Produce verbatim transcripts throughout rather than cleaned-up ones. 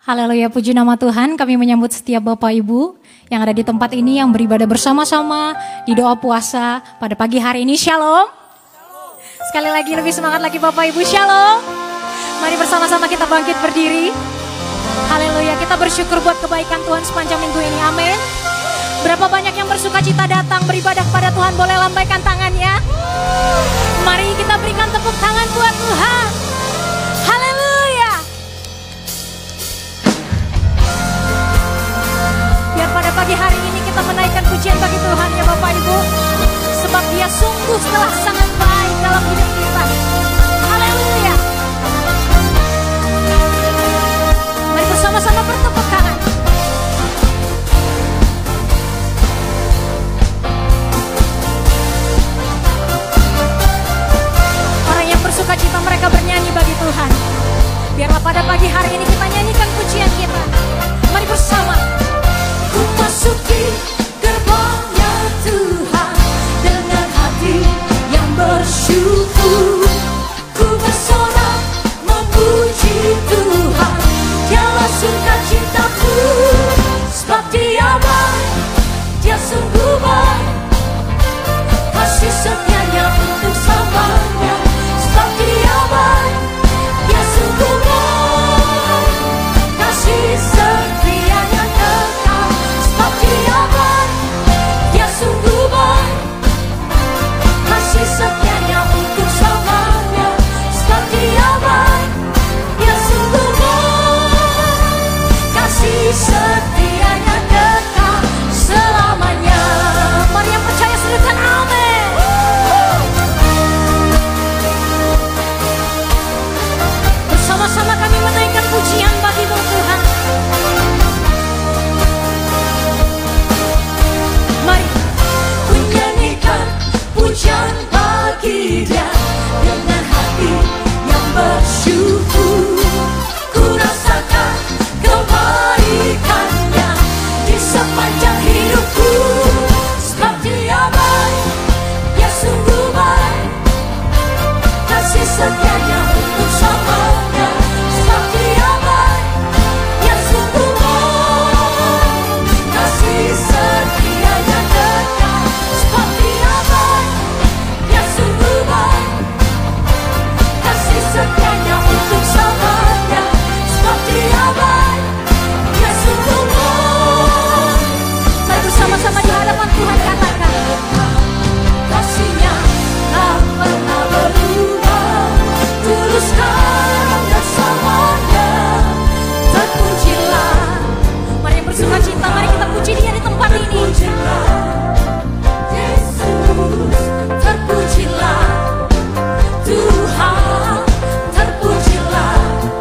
Haleluya, puji nama Tuhan. Kami menyambut setiap Bapak Ibu yang ada di tempat ini yang beribadah bersama-sama di doa puasa pada pagi hari ini. Shalom. Sekali lagi lebih semangat lagi Bapak Ibu. Shalom. Mari bersama-sama kita bangkit berdiri. Haleluya, kita bersyukur buat kebaikan Tuhan sepanjang minggu ini. Amin. Berapa banyak yang bersuka cita datang beribadah kepada Tuhan, boleh lambaikan tangannya. Mari kita berikan tepuk tangan buat Tuhan. Haleluya. Biar pada pagi hari ini kita menaikkan pujian bagi Tuhan ya Bapak Ibu. Sebab Dia sungguh telah sangat baik dalam hidup kita. Haleluya. Mari bersama-sama bertepuk tangan. Orang yang bersuka cita mereka bernyanyi bagi Tuhan. Biarlah pada pagi hari ini kita nyanyikan pujian kita. Mari bersama. Ku masuki gerbangnya Tuhan dengan hati yang bersyukur. Ku bersorak memuji Tuhan, Dialah sukacitaku. Sebab Dia baik, Dia sungguh baik, kasih setianya untuk selamanya. Sebab Dia baik, Dia sungguh baik, kasih setianya kekal. Sebab Dia baik, Dia sungguh baik, kasih setianya untuk selamanya. Sebab Dia baik, Dia sungguh baik, kasih setianya kekal selamanya. Mari yang percaya serukan amin. Bersama-sama kami menaikkan pujian bagi-Mu Tuhan. Mari ku nyanyikan pujian bagi Dia dengan hati yang bersyukur. Ku rasakan kebaikannya di sepanjang hidupku. Sebab Dia baik, Dia sungguh baik, kasih setianya untuk selamanya. Sebab Dia baik, Dia sungguh baik, kasih setianya kekal. Sebab Dia baik, Dia sungguh baik, kasih setianya untuk selamanya. Sebab Dia baik, Dia sungguh baik. Mari bersama-sama di hadapan Tuhan katakan, kasih-Nya tak pernah berubah, tulus dan selamanya. Terpujilah. Mari yang bersuka cita, mari kita puji Dia di tempat ini. Yesus, terpujilah. Tuhan, terpujilah.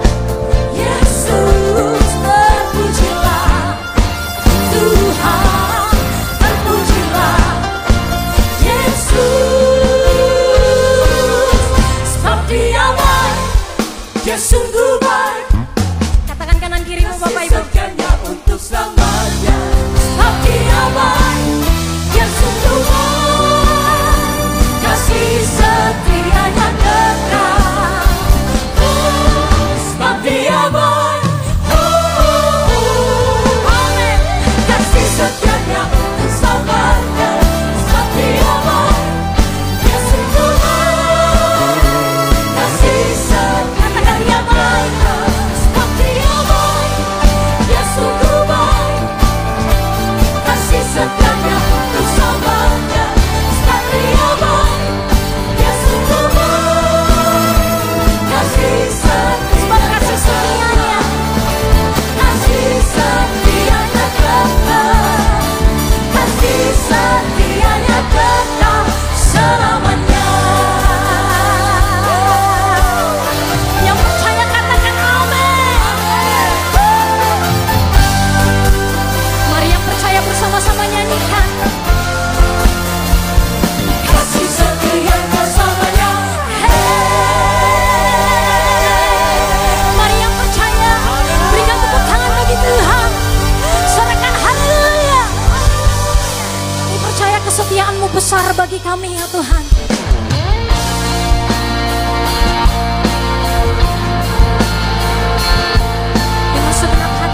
Yesus, terpujilah. Tuhan, terpujilah. Yesus, sebab Dia baik, Dia sungguh baik. Katakan kanan kirimu Bapak Ibu. Setianya untuk selamanya. Sebab Dia baik, Dia sungguh baik, kasih setianya kekal. Sebab Dia baik, oh, oh, oh, amin, kasih setianya untuk selamanya. Sebab Dia baik, Dia sungguh baik, kasih setianya. Katakan Dia baik. Sebab Dia baik, Dia sungguh baik, kasih setianya untuk selamanya. Sebab Dia baik, Dia sungguh baik, kasih setianya. Kasih setianya, kasih setianya kekal, kasih setianya kekal selamanya. Yang percaya katakan amin. Mari yang percaya bersama-sama nyanyikan. Kasih setianya selamanya. Hey. Mari yang percaya berikan tepuk tangan bagi Tuhan. Sorakan haleluya. Kami percaya kesetiaan-Mu besar bagi kami ya Tuhan. Dengan segenap hati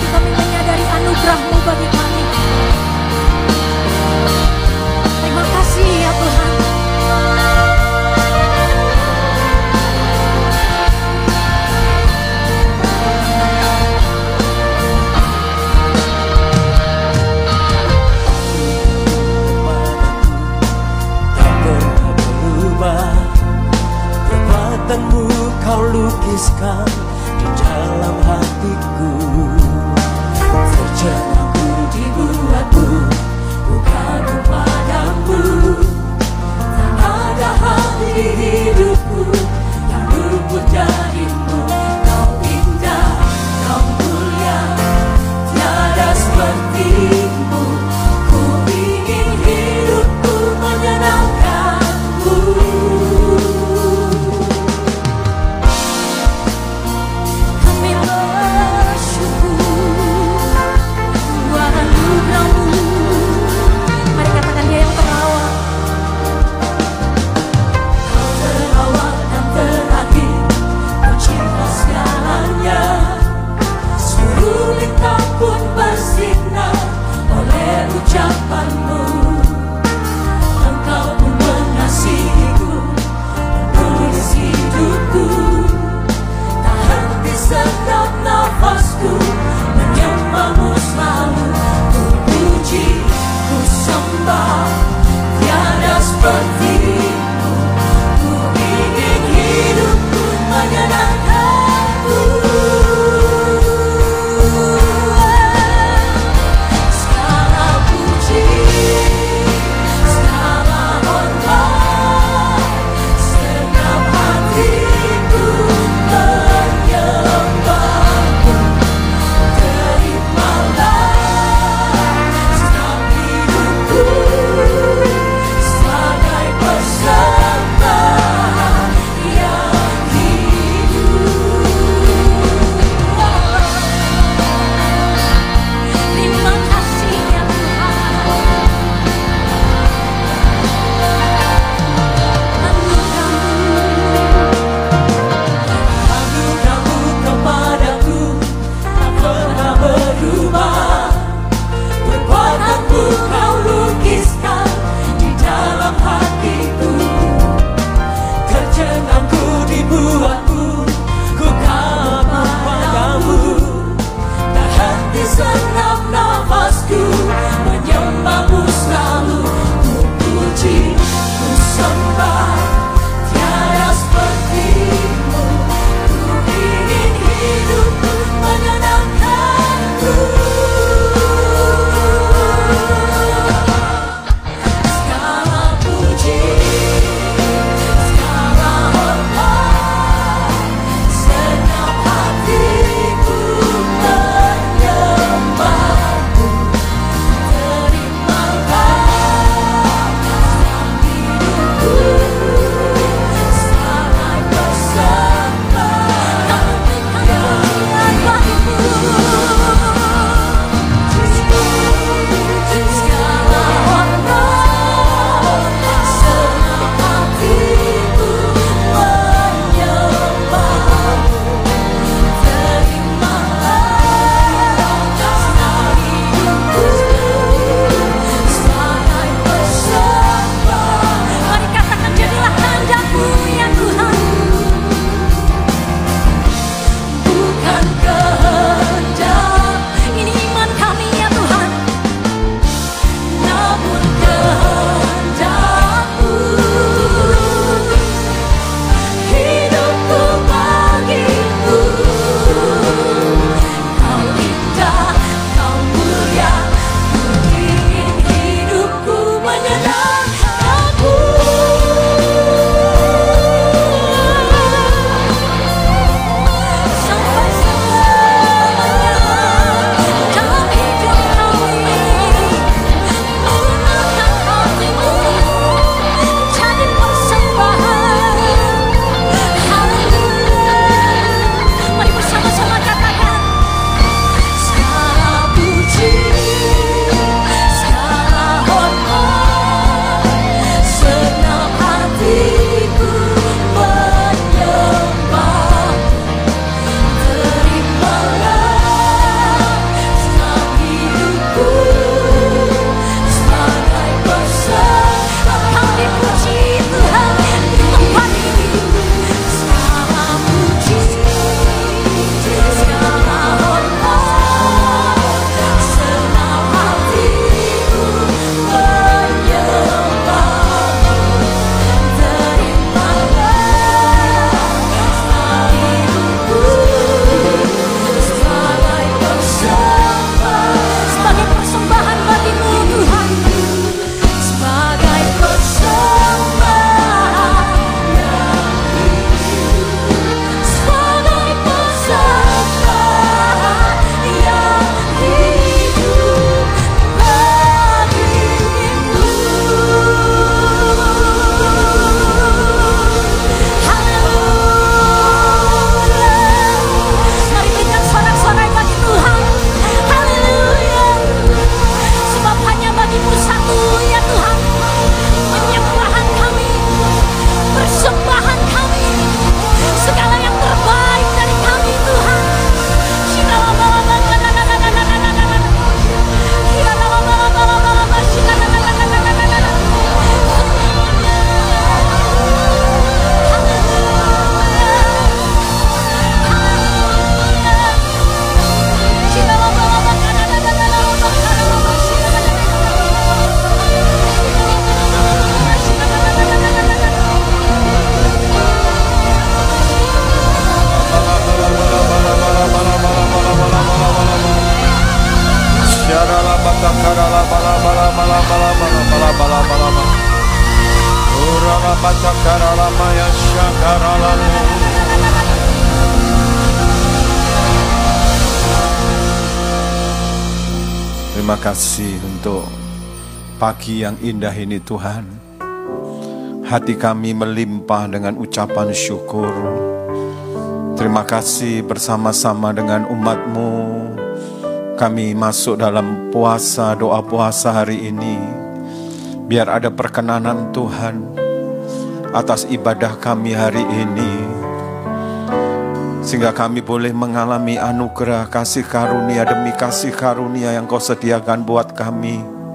Terima kasih untuk pagi yang indah ini Tuhan. Hati kami melimpah dengan ucapan syukur. Terima kasih bersama-sama dengan umat-Mu. Kami masuk dalam puasa, doa puasa hari ini. Biar ada perkenanan Tuhan atas ibadah kami hari ini. Sehingga kami boleh mengalami anugerah kasih karunia demi kasih karunia yang Kau sediakan buat kami.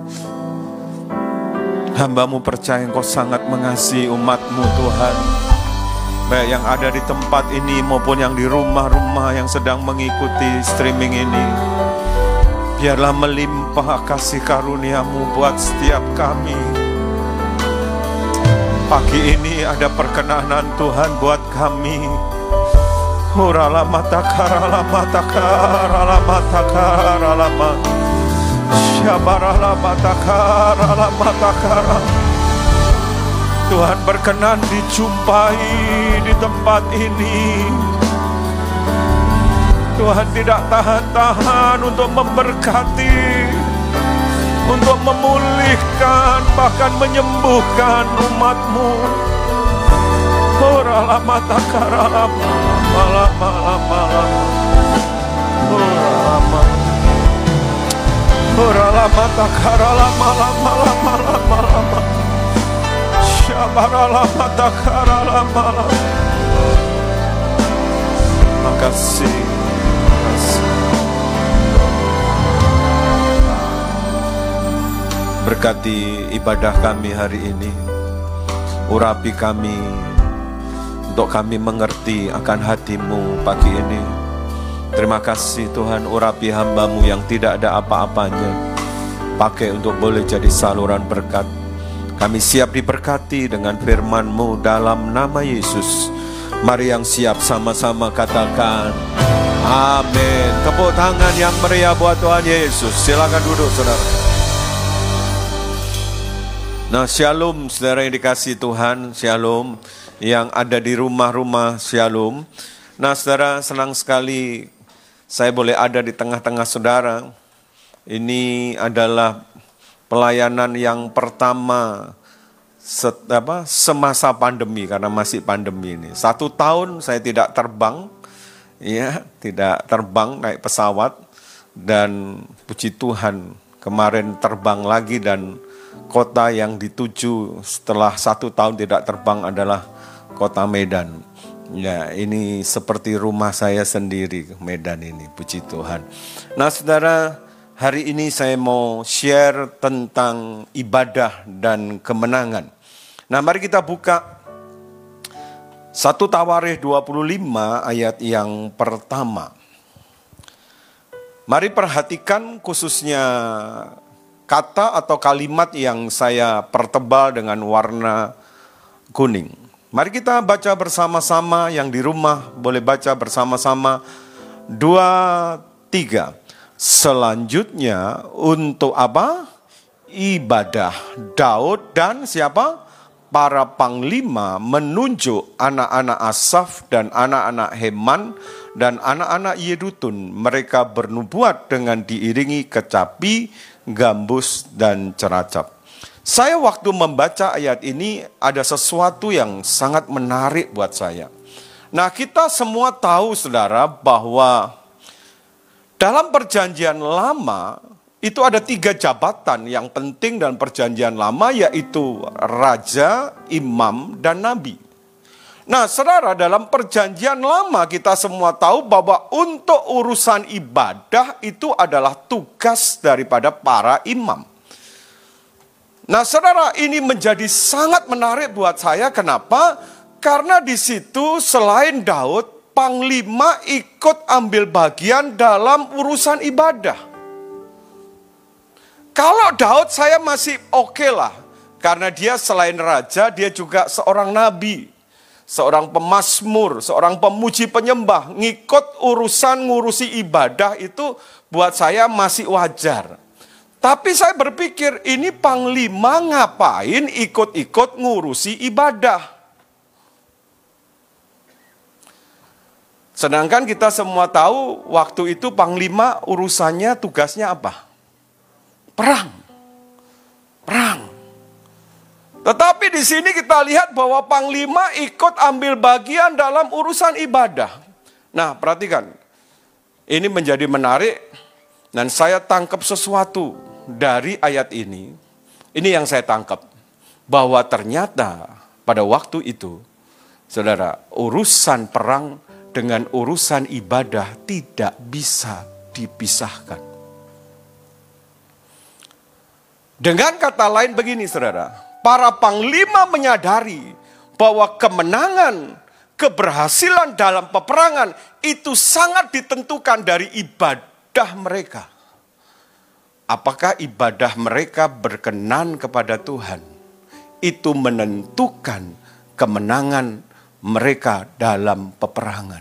Hamba-Mu percaya Engkau sangat mengasihi umat-Mu Tuhan. Baik yang ada di tempat ini maupun yang di rumah-rumah yang sedang mengikuti streaming ini. Biarlah melimpah kasih karunia-Mu buat setiap kami. Pagi ini ada perkenanan Tuhan buat kami. Hurala matakara matakara matakara matakara Syabarala matakara matakara. Tuhan berkenan dijumpai di tempat ini. Tuhan tidak tahan-tahan untuk memberkati, untuk memulihkan, bahkan menyembuhkan umat-Mu. Hurala matakara malam malam malam. Hurala malam. Hurala matakara malam malam malam malam. Syabarala matakara malam. Makasih. Berkati ibadah kami hari ini. Urapi kami untuk kami mengerti akan hati-Mu pagi ini. Terima kasih Tuhan, urapi hamba-Mu yang tidak ada apa-apanya. Pakai untuk boleh jadi saluran berkat. Kami siap diberkati dengan firman-Mu dalam nama Yesus. Mari yang siap sama-sama katakan amin. Tepuk tangan yang meriah buat Tuhan Yesus. Silakan duduk saudara. Nah, shalom saudara yang dikasihi Tuhan, shalom yang ada di rumah-rumah, shalom. Nah saudara, senang sekali saya boleh ada di tengah-tengah saudara. Ini adalah pelayanan yang pertama set, apa, semasa pandemi, karena masih pandemi ini. Satu tahun saya tidak terbang, ya, tidak terbang naik pesawat, dan puji Tuhan kemarin terbang lagi, dan kota yang dituju setelah satu tahun tidak terbang adalah kota Medan. Ya, ini seperti rumah saya sendiri, Medan ini, puji Tuhan. Nah saudara, hari ini saya mau share tentang ibadah dan kemenangan. Nah mari kita buka satu Tawarikh dua puluh lima ayat yang pertama. Mari perhatikan khususnya kata atau kalimat yang saya pertebal dengan warna kuning. Mari kita baca bersama-sama, yang di rumah boleh baca bersama-sama. Dua, tiga. Selanjutnya untuk apa? Ibadah. Daud dan siapa? Para panglima menunjuk anak-anak Asaf dan anak-anak Heman dan anak-anak Yedutun. Mereka bernubuat dengan diiringi kecapi, gambus, dan ceracap. Saya waktu membaca ayat ini ada sesuatu yang sangat menarik buat saya. Nah kita semua tahu saudara bahwa dalam perjanjian lama itu ada tiga jabatan yang penting dalam perjanjian lama, yaitu raja, imam, dan nabi. Nah saudara, dalam perjanjian lama kita semua tahu bahwa untuk urusan ibadah itu adalah tugas daripada para imam. Nah saudara, ini menjadi sangat menarik buat saya. Kenapa? Karena di situ selain Daud, panglima ikut ambil bagian dalam urusan ibadah. Kalau Daud saya masih oke okay lah, karena dia selain raja, dia juga seorang nabi, seorang pemazmur, seorang pemuji penyembah. Ngikut urusan ngurusi ibadah itu buat saya masih wajar. Tapi saya berpikir, ini panglima ngapain ikut-ikut ngurusi ibadah? Sedangkan kita semua tahu waktu itu panglima urusannya tugasnya apa? perang. Perang. Tetapi di sini kita lihat bahwa panglima ikut ambil bagian dalam urusan ibadah. Nah, perhatikan. Ini menjadi menarik dan saya tangkap sesuatu dari ayat ini. Ini yang saya tangkap. Bahwa ternyata pada waktu itu, saudara, urusan perang dengan urusan ibadah tidak bisa dipisahkan. Dengan kata lain begini, saudara, para panglima menyadari bahwa kemenangan, keberhasilan dalam peperangan itu sangat ditentukan dari ibadah mereka. Apakah ibadah mereka berkenan kepada Tuhan? Itu menentukan kemenangan mereka dalam peperangan.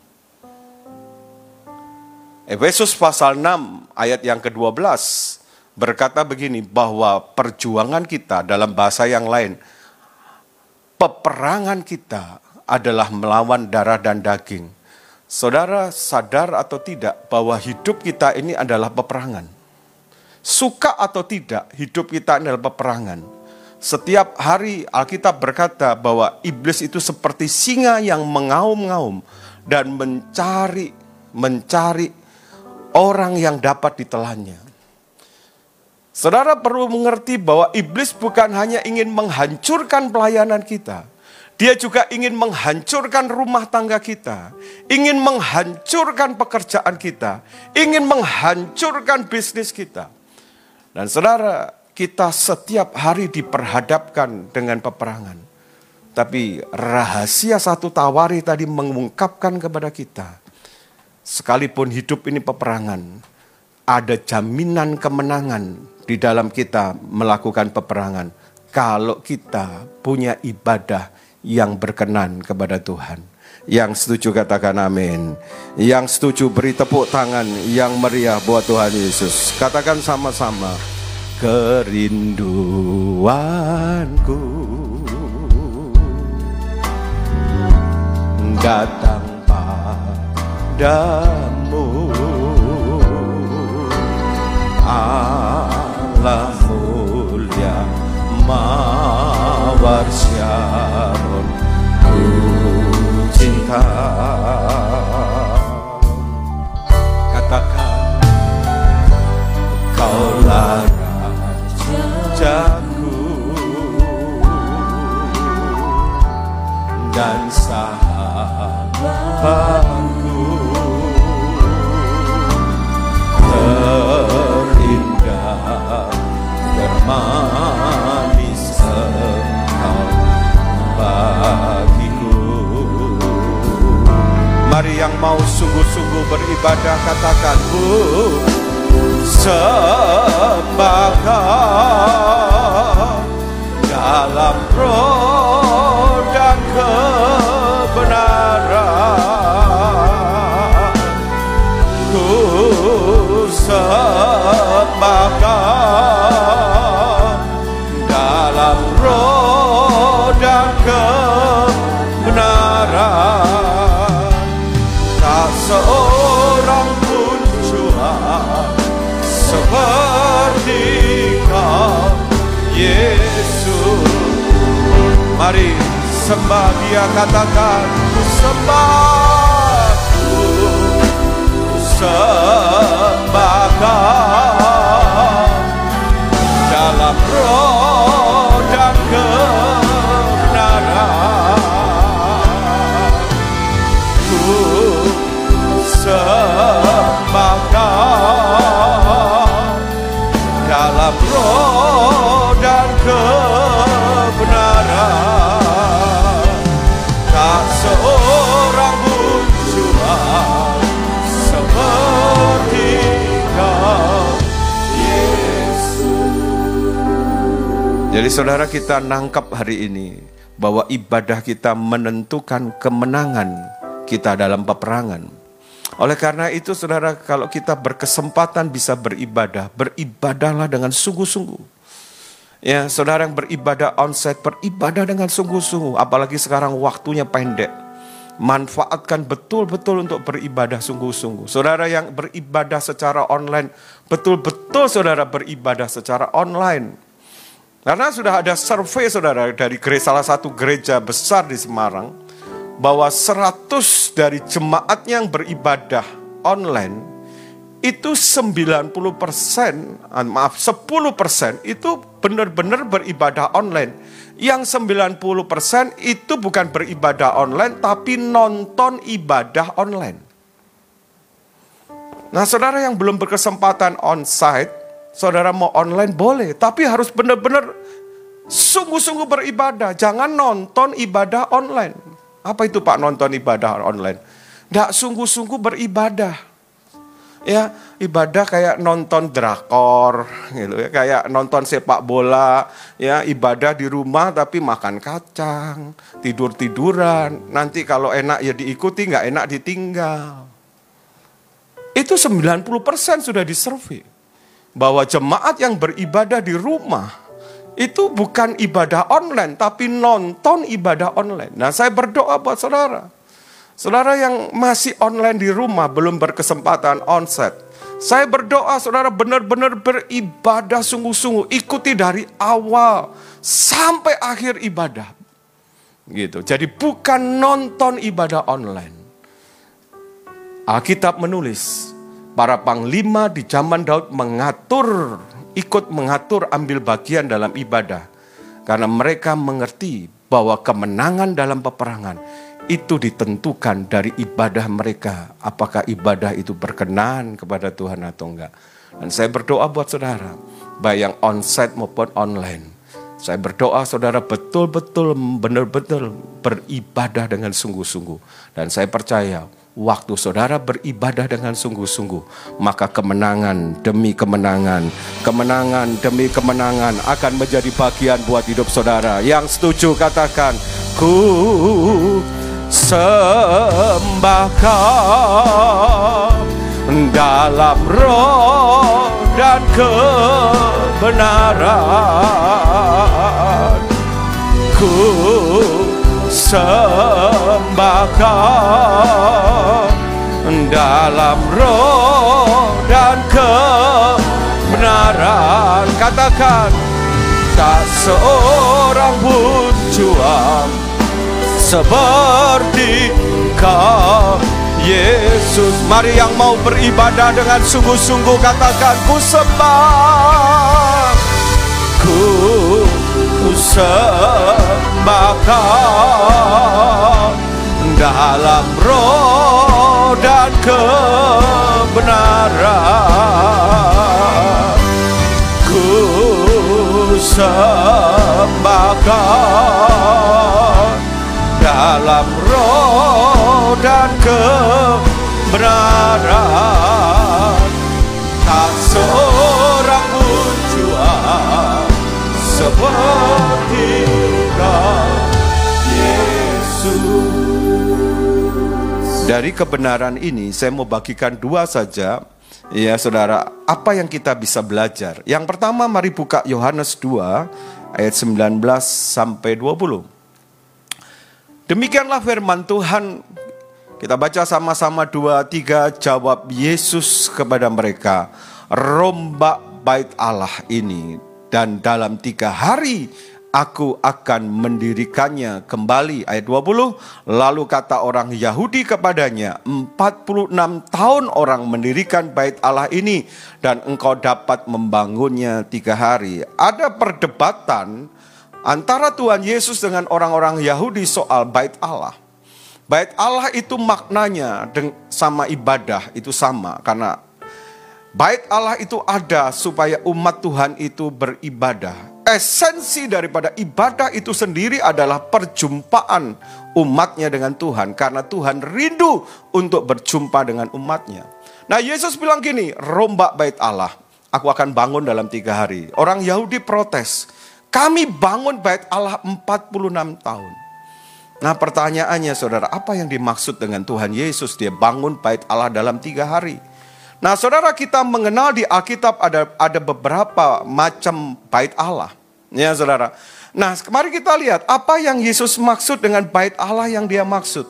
Efesus pasal enam ayat yang kedua belas berkata begini, bahwa perjuangan kita, dalam bahasa yang lain, peperangan kita adalah melawan darah dan daging. Saudara sadar atau tidak bahwa hidup kita ini adalah peperangan? Suka atau tidak, hidup kita adalah peperangan. Setiap hari Alkitab berkata bahwa iblis itu seperti singa yang mengaum-ngaum dan mencari mencari orang yang dapat ditelannya. Saudara perlu mengerti bahwa iblis bukan hanya ingin menghancurkan pelayanan kita. Dia juga ingin menghancurkan rumah tangga kita. Ingin menghancurkan pekerjaan kita. Ingin menghancurkan bisnis kita. Dan saudara, kita setiap hari diperhadapkan dengan peperangan. Tapi rahasia satu Tawari tadi mengungkapkan kepada kita, sekalipun hidup ini peperangan, ada jaminan kemenangan di dalam kita melakukan peperangan. Kalau kita punya ibadah yang berkenan kepada Tuhan. Yang setuju katakan amin. Yang setuju beri tepuk tangan yang meriah buat Tuhan Yesus. Katakan sama-sama, kerinduanku datang padamu, Allah mulia mawar Syaron, ku cinta. Katakan, kaulah rajaku dan sahabatku, terindah termanis engkau bagiku. Mari yang mau sungguh-sungguh beribadah katakan, ku sembahkan dalam roh dan kebenaran. Ku sembahkan dalam roh dan kebenaran. Tak seorang pun Tuhan seperti Kau Yesus. Mari sembah Dia, katakan, ku sembah, ku sembahkan dalam roh dan kebenaran. Ku sembahkan dalam roh dan kebenaran. Tak seorang pun Tuhan seperti Kau Yesus. Jadi saudara, kita nangkap hari ini bahwa ibadah kita menentukan kemenangan kita dalam peperangan. Oleh karena itu saudara, kalau kita berkesempatan bisa beribadah, beribadahlah dengan sungguh-sungguh. Ya, saudara yang beribadah onsite, beribadah dengan sungguh-sungguh. Apalagi sekarang waktunya pendek. manfaatkan betul-betul untuk beribadah sungguh-sungguh. Saudara yang beribadah secara online, betul-betul saudara beribadah secara online. Karena sudah ada survei saudara dari gereja, salah satu gereja besar di Semarang, bahwa seratus dari jemaat yang beribadah online, itu sembilan puluh persen, maaf sepuluh persen itu benar-benar beribadah online. Yang sembilan puluh persen itu bukan beribadah online, tapi nonton ibadah online. Nah saudara yang belum berkesempatan on-site, saudara mau online boleh, tapi harus benar-benar sungguh-sungguh beribadah. Jangan nonton ibadah online. Apa itu Pak nonton ibadah online? Nggak sungguh-sungguh beribadah. Ya, ibadah kayak nonton drakor, gitu ya, kayak nonton sepak bola, ya, ibadah di rumah tapi makan kacang, tidur-tiduran, nanti kalau enak ya diikuti, nggak enak ditinggal. Itu sembilan puluh persen sudah disurvei, bahwa jemaat yang beribadah di rumah, itu bukan ibadah online, tapi nonton ibadah online. Nah saya berdoa buat saudara, saudara yang masih online di rumah, belum berkesempatan onsite, saya berdoa saudara benar-benar beribadah sungguh-sungguh. Ikuti dari awal sampai akhir ibadah. Gitu. Jadi bukan nonton ibadah online. Alkitab menulis, para panglima di zaman Daud mengatur, ikut mengatur ambil bagian dalam ibadah. Karena mereka mengerti bahwa kemenangan dalam peperangan itu ditentukan dari ibadah mereka. Apakah ibadah itu berkenan kepada Tuhan atau enggak. Dan saya berdoa buat saudara, baik yang onsite maupun online. Saya berdoa saudara betul-betul benar-benar beribadah dengan sungguh-sungguh. Dan saya percaya waktu saudara beribadah dengan sungguh-sungguh, maka kemenangan demi kemenangan, kemenangan demi kemenangan akan menjadi bagian buat hidup saudara. Yang setuju katakan, ku sembahkan dalam roh dan kebenaran, ku sembahkan dalam roh dan kebenaran. Katakan, tak seorang pun juang seperti Kau Yesus. Mari yang mau beribadah dengan sungguh-sungguh katakan, ku sembah, ku sembahkan dalam roh dan kebenaran, ku sembahkan dalam roh dan kebenaran. Tak seorang pun juang seperti Kau Yesus. Dari kebenaran ini saya mau bagikan dua saja. Ya saudara, apa yang kita bisa belajar? Yang pertama, mari buka Yohanes dua ayat sembilan belas sampai dua puluh. Demikianlah firman Tuhan. Kita baca sama-sama dua, tiga. Jawab Yesus kepada mereka, rombak bait Allah ini, dan dalam tiga hari aku akan mendirikannya kembali. Ayat dua puluh. Lalu kata orang Yahudi kepadanya, empat puluh enam tahun orang mendirikan bait Allah ini, dan engkau dapat membangunnya tiga hari. Ada perdebatan antara Tuhan Yesus dengan orang-orang Yahudi soal bait Allah. Bait Allah itu maknanya sama ibadah itu sama. Karena bait Allah itu ada supaya umat Tuhan itu beribadah. Esensi daripada ibadah itu sendiri adalah perjumpaan umatnya dengan Tuhan. Karena Tuhan rindu untuk berjumpa dengan umatnya. Nah Yesus bilang gini, rombak bait Allah, aku akan bangun dalam tiga hari. Orang Yahudi protes, kami bangun bait Allah empat puluh enam tahun. Nah pertanyaannya saudara, apa yang dimaksud dengan Tuhan Yesus dia bangun bait Allah dalam tiga hari? Nah saudara, kita mengenal di Alkitab ada, ada beberapa macam bait Allah. Ya saudara. Nah mari kita lihat apa yang Yesus maksud dengan bait Allah yang dia maksud.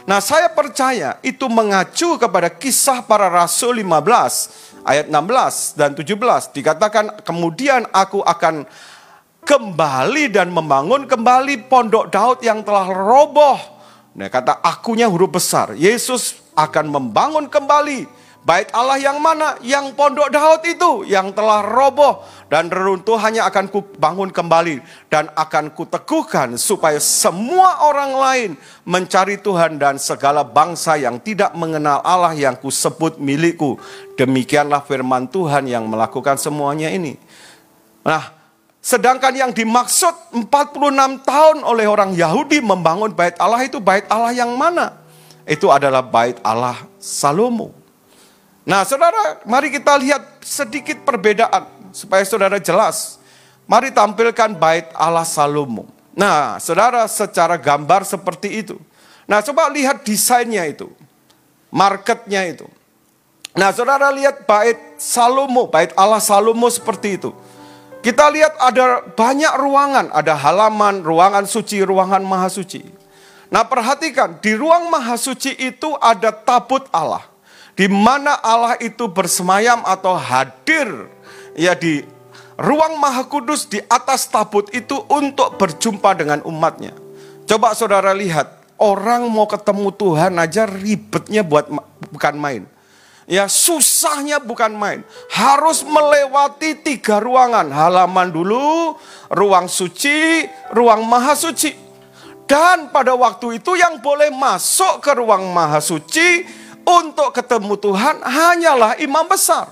Nah, saya percaya itu mengacu kepada Kisah Para Rasul lima belas ayat enam belas dan tujuh belas. Dikatakan kemudian aku akan kembali dan membangun kembali pondok Daud yang telah roboh. Nah, kata akunya huruf besar. Yesus akan membangun kembali bait Allah yang mana? Yang pondok Daud itu yang telah roboh dan reruntuhannya akan kubangun kembali dan akan kuteguhkan supaya semua orang lain mencari Tuhan dan segala bangsa yang tidak mengenal Allah yang kusebut milikku. Demikianlah firman Tuhan yang melakukan semuanya ini. Nah, sedangkan yang dimaksud empat puluh enam tahun oleh orang Yahudi membangun bait Allah itu bait Allah yang mana? Itu adalah bait Allah Salomo. Nah, saudara, mari kita lihat sedikit perbedaan supaya saudara jelas. Mari tampilkan bait Allah Salomo. Nah, saudara, secara gambar seperti itu. Nah, coba lihat desainnya itu. Marketnya itu. Nah, saudara lihat bait Salomo, bait Allah Salomo seperti itu. Kita lihat ada banyak ruangan, ada halaman, ruangan suci, ruangan maha suci. Nah, perhatikan, di ruang maha suci itu ada tabut Allah. Di mana Allah itu bersemayam atau hadir ya di ruang maha kudus di atas tabut itu untuk berjumpa dengan umatnya. Coba saudara lihat, orang mau ketemu Tuhan aja ribetnya buat bukan main. Ya susahnya bukan main. Harus melewati tiga ruangan. Halaman dulu, ruang suci, ruang maha suci. Dan pada waktu itu yang boleh masuk ke ruang maha suci untuk ketemu Tuhan hanyalah imam besar.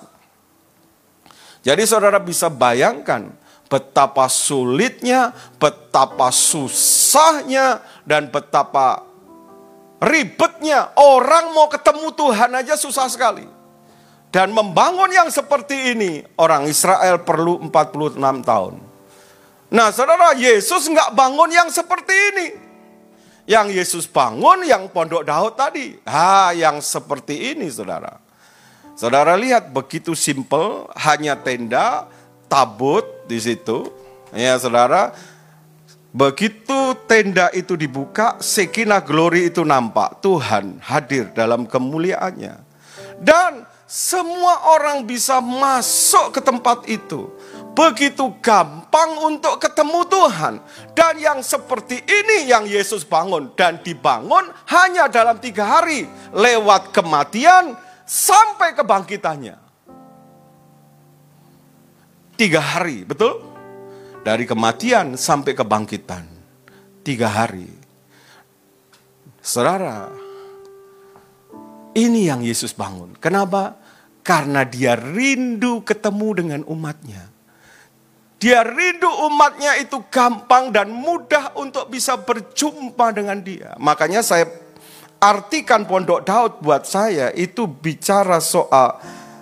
Jadi saudara bisa bayangkan betapa sulitnya, betapa susahnya, dan betapa ribetnya. Orang mau ketemu Tuhan aja susah sekali. Dan membangun yang seperti ini, orang Israel perlu empat puluh enam tahun. Nah saudara, Yesus nggak bangun yang seperti ini. Yang Yesus bangun yang pondok Daud tadi. Ah, yang seperti ini saudara. Saudara lihat begitu simple, hanya tenda, tabut di situ. Ya saudara, begitu tenda itu dibuka, Shekinah glory itu nampak. Tuhan hadir dalam kemuliaannya. Dan semua orang bisa masuk ke tempat itu. Begitu gampang untuk ketemu Tuhan. Dan yang seperti ini yang Yesus bangun. Dan dibangun hanya dalam tiga hari. Lewat kematian sampai kebangkitannya. Tiga hari, betul? Dari kematian sampai kebangkitan. Tiga hari. Saudara, ini yang Yesus bangun. Kenapa? Karena dia rindu ketemu dengan umatnya. Dia rindu umatnya itu gampang dan mudah untuk bisa berjumpa dengan dia. Makanya saya artikan pondok Daud buat saya itu bicara soal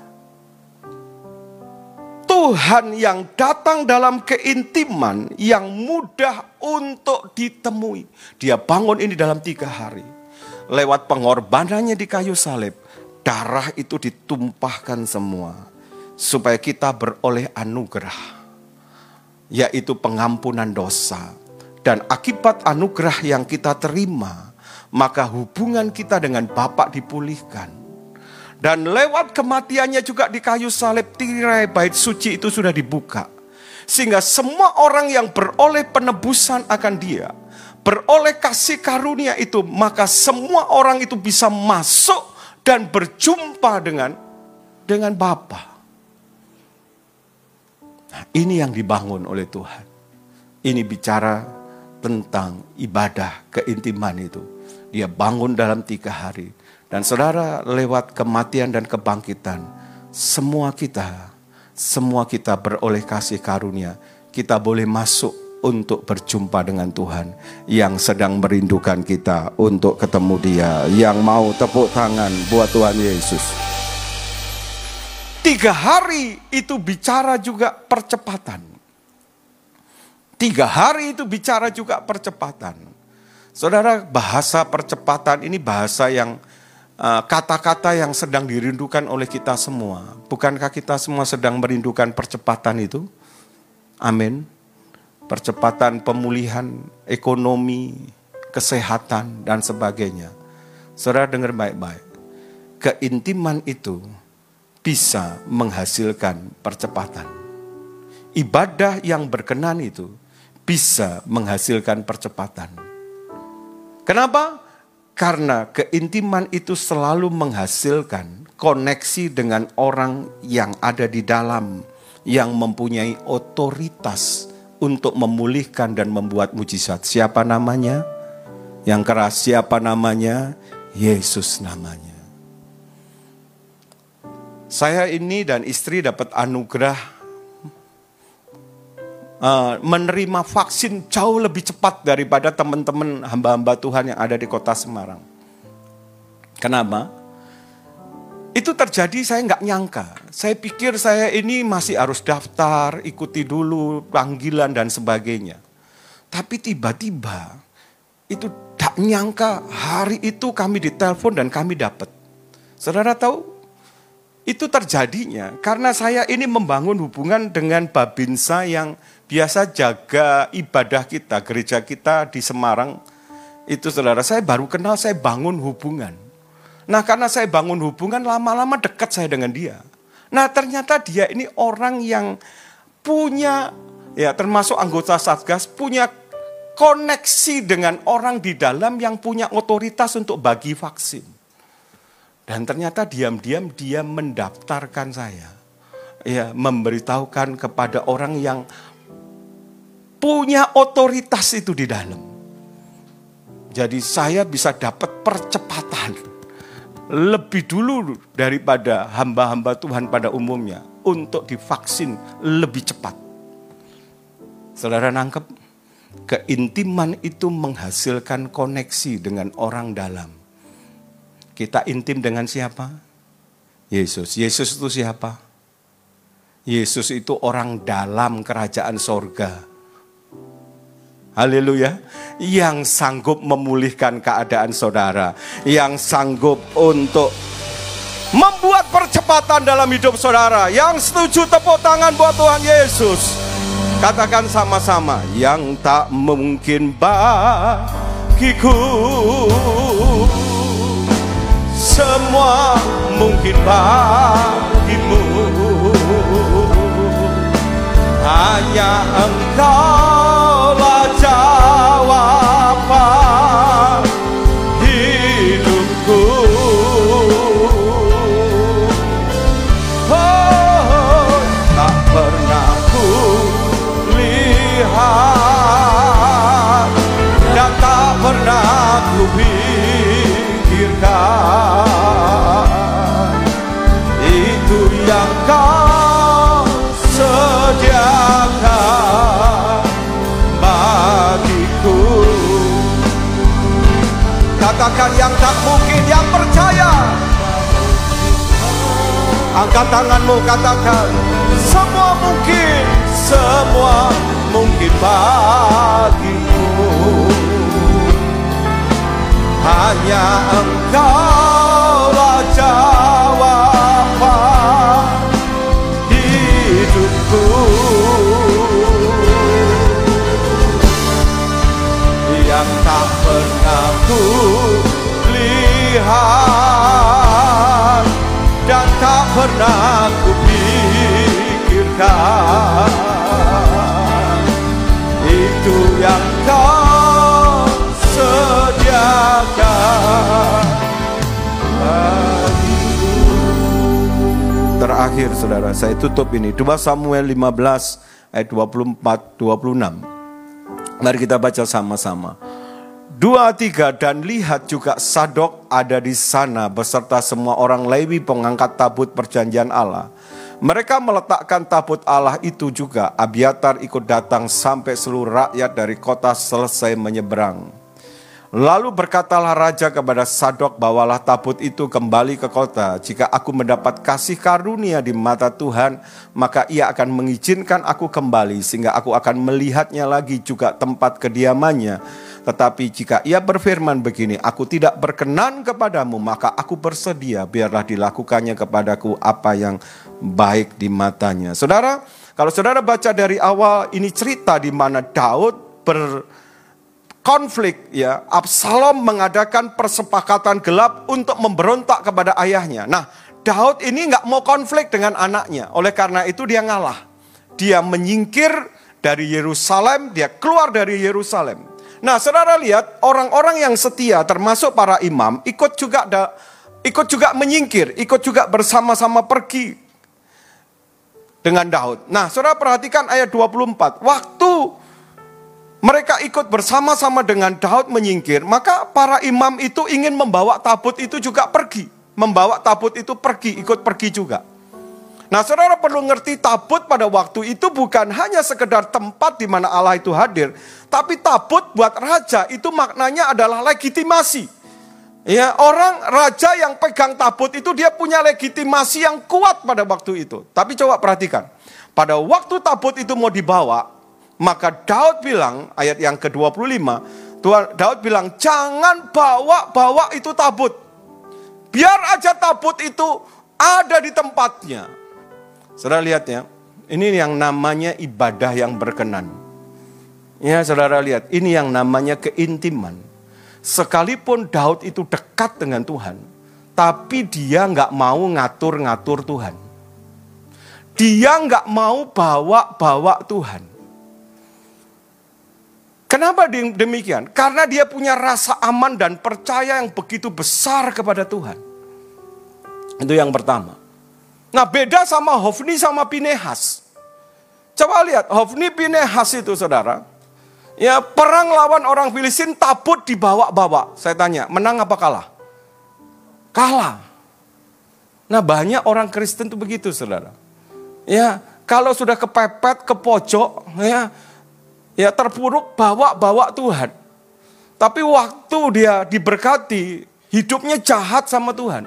Tuhan yang datang dalam keintiman yang mudah untuk ditemui. Dia bangun ini dalam tiga hari. Lewat pengorbanannya di kayu salib, darah itu ditumpahkan semua. Supaya kita beroleh anugerah. Yaitu pengampunan dosa. Dan akibat anugerah yang kita terima, maka hubungan kita dengan Bapa dipulihkan. Dan lewat kematiannya juga di kayu salib, tirai bait suci itu sudah dibuka. Sehingga semua orang yang beroleh penebusan akan dia, beroleh kasih karunia itu, maka semua orang itu bisa masuk dan berjumpa dengan dengan Bapa. Nah, ini yang dibangun oleh Tuhan. Ini bicara tentang ibadah keintiman itu. Dia bangun dalam tiga hari. Dan saudara, lewat kematian dan kebangkitan, semua kita, semua kita beroleh kasih karunia. Kita boleh masuk untuk berjumpa dengan Tuhan yang sedang merindukan kita untuk ketemu Dia. Yang mau tepuk tangan buat Tuhan Yesus. Tiga hari itu bicara juga percepatan. Tiga hari itu bicara juga percepatan. Saudara, bahasa percepatan ini bahasa yang uh, kata-kata yang sedang dirindukan oleh kita semua. Bukankah kita semua sedang merindukan percepatan itu? Amin. Percepatan pemulihan ekonomi, kesehatan, dan sebagainya. Saudara dengar baik-baik. Keintiman itu bisa menghasilkan percepatan. Ibadah yang berkenan itu bisa menghasilkan percepatan. Kenapa? Karena keintiman itu selalu menghasilkan koneksi dengan orang yang ada di dalam, yang mempunyai otoritas untuk memulihkan dan membuat mujizat. Siapa namanya? Yang keras, siapa namanya? Yesus namanya. Saya ini dan istri dapat anugerah uh, menerima vaksin jauh lebih cepat daripada teman-teman hamba-hamba Tuhan yang ada di kota Semarang. Kenapa? Itu terjadi saya nggak nyangka. Saya pikir saya ini masih harus daftar, ikuti dulu panggilan dan sebagainya. Tapi tiba-tiba itu tak nyangka hari itu kami ditelepon dan kami dapat. Saudara tahu? Itu terjadinya karena saya ini membangun hubungan dengan Babinsa yang biasa jaga ibadah kita, gereja kita di Semarang. Itu saudara, saya baru kenal, saya bangun hubungan. Nah karena saya bangun hubungan, lama-lama dekat saya dengan dia. Nah ternyata dia ini orang yang punya, ya termasuk anggota Satgas, punya koneksi dengan orang di dalam yang punya otoritas untuk bagi vaksin. Dan ternyata diam-diam dia mendaftarkan saya. Ya, memberitahukan kepada orang yang punya otoritas itu di dalam. Jadi saya bisa dapat percepatan. Lebih dulu daripada hamba-hamba Tuhan pada umumnya. Untuk divaksin lebih cepat. Saudara nangkep? Keintiman itu menghasilkan koneksi dengan orang dalam. Kita intim dengan siapa? Yesus. Yesus itu siapa? Yesus itu orang dalam kerajaan sorga. Haleluya. Yang sanggup memulihkan keadaan saudara. Yang sanggup untuk membuat percepatan dalam hidup saudara. Yang setuju tepuk tangan buat Tuhan Yesus. Katakan sama-sama. Yang tak mungkin bagiku, semua mungkin bagimu. Hanya Engkaulah jawaban hidupku. Oh, tak pernah ku lihat dan tak pernah ku pikirkan. Itu yang Kau sediakan bagiku. Katakan yang tak mungkin, yang percaya. Angkat tanganmu, katakan semua mungkin, semua mungkin bagimu. Hanya Engkaulah jawaban hidupku. Yang tak pernah ku lihat dan tak pernah ku pikirkan. Itu yang Kau sediakan bagiku. Terakhir saudara, saya tutup ini dua Samuel lima belas ayat dua puluh empat dua puluh enam. Mari kita baca sama-sama. Dua tiga, dan lihat juga Sadok ada di sana beserta semua orang Lewi pengangkat tabut perjanjian Allah. Mereka meletakkan tabut Allah itu juga. Abiatar ikut datang sampai seluruh rakyat dari kota selesai menyeberang. Lalu berkatalah raja kepada Sadok, bawalah tabut itu kembali ke kota. Jika aku mendapat kasih karunia di mata Tuhan, maka ia akan mengizinkan aku kembali, sehingga aku akan melihatnya lagi juga tempat kediamannya. Tetapi jika ia berfirman begini, aku tidak berkenan kepadamu, maka aku bersedia, biarlah dilakukannya kepadaku apa yang baik di matanya. Saudara, kalau saudara baca dari awal, ini cerita di mana Daud ber konflik, ya, Absalom mengadakan persepakatan gelap untuk memberontak kepada ayahnya. Nah, Daud ini nggak mau konflik dengan anaknya. Oleh karena itu dia ngalah. Dia menyingkir dari Yerusalem, dia keluar dari Yerusalem. Nah, saudara lihat, orang-orang yang setia termasuk para imam ikut juga da, ikut juga menyingkir, ikut juga bersama-sama pergi dengan Daud. Nah, saudara perhatikan ayat dua puluh empat. Waktu mereka ikut bersama-sama dengan Daud menyingkir, maka para imam itu ingin membawa tabut itu juga pergi. Membawa tabut itu pergi, ikut pergi juga. Nah, saudara perlu ngerti, tabut pada waktu itu bukan hanya sekedar tempat di mana Allah itu hadir, tapi tabut buat raja itu maknanya adalah legitimasi. Ya, orang raja yang pegang tabut itu dia punya legitimasi yang kuat pada waktu itu. Tapi coba perhatikan, pada waktu tabut itu mau dibawa, maka Daud bilang, ayat yang ke dua puluh lima, Tuhan Daud bilang, jangan bawa-bawa itu tabut. Biar aja tabut itu ada di tempatnya. Saudara lihat ya, ini yang namanya ibadah yang berkenan. Ya, saudara lihat, ini yang namanya keintiman. Sekalipun Daud itu dekat dengan Tuhan, tapi dia nggak mau ngatur-ngatur Tuhan. Dia nggak mau bawa-bawa Tuhan. Kenapa demikian? Karena dia punya rasa aman dan percaya yang begitu besar kepada Tuhan. Itu yang pertama. Nah, beda sama Hofni sama Pinehas. Coba lihat, Hofni Pinehas itu saudara, ya perang lawan orang Filistin, tabut dibawa-bawa. Saya tanya, menang apa kalah? Kalah. Nah, banyak orang Kristen itu begitu saudara. Ya, kalau sudah kepepet, ke pojok, ya, ya terpuruk, bawa-bawa Tuhan. Tapi waktu dia diberkati, hidupnya jahat sama Tuhan.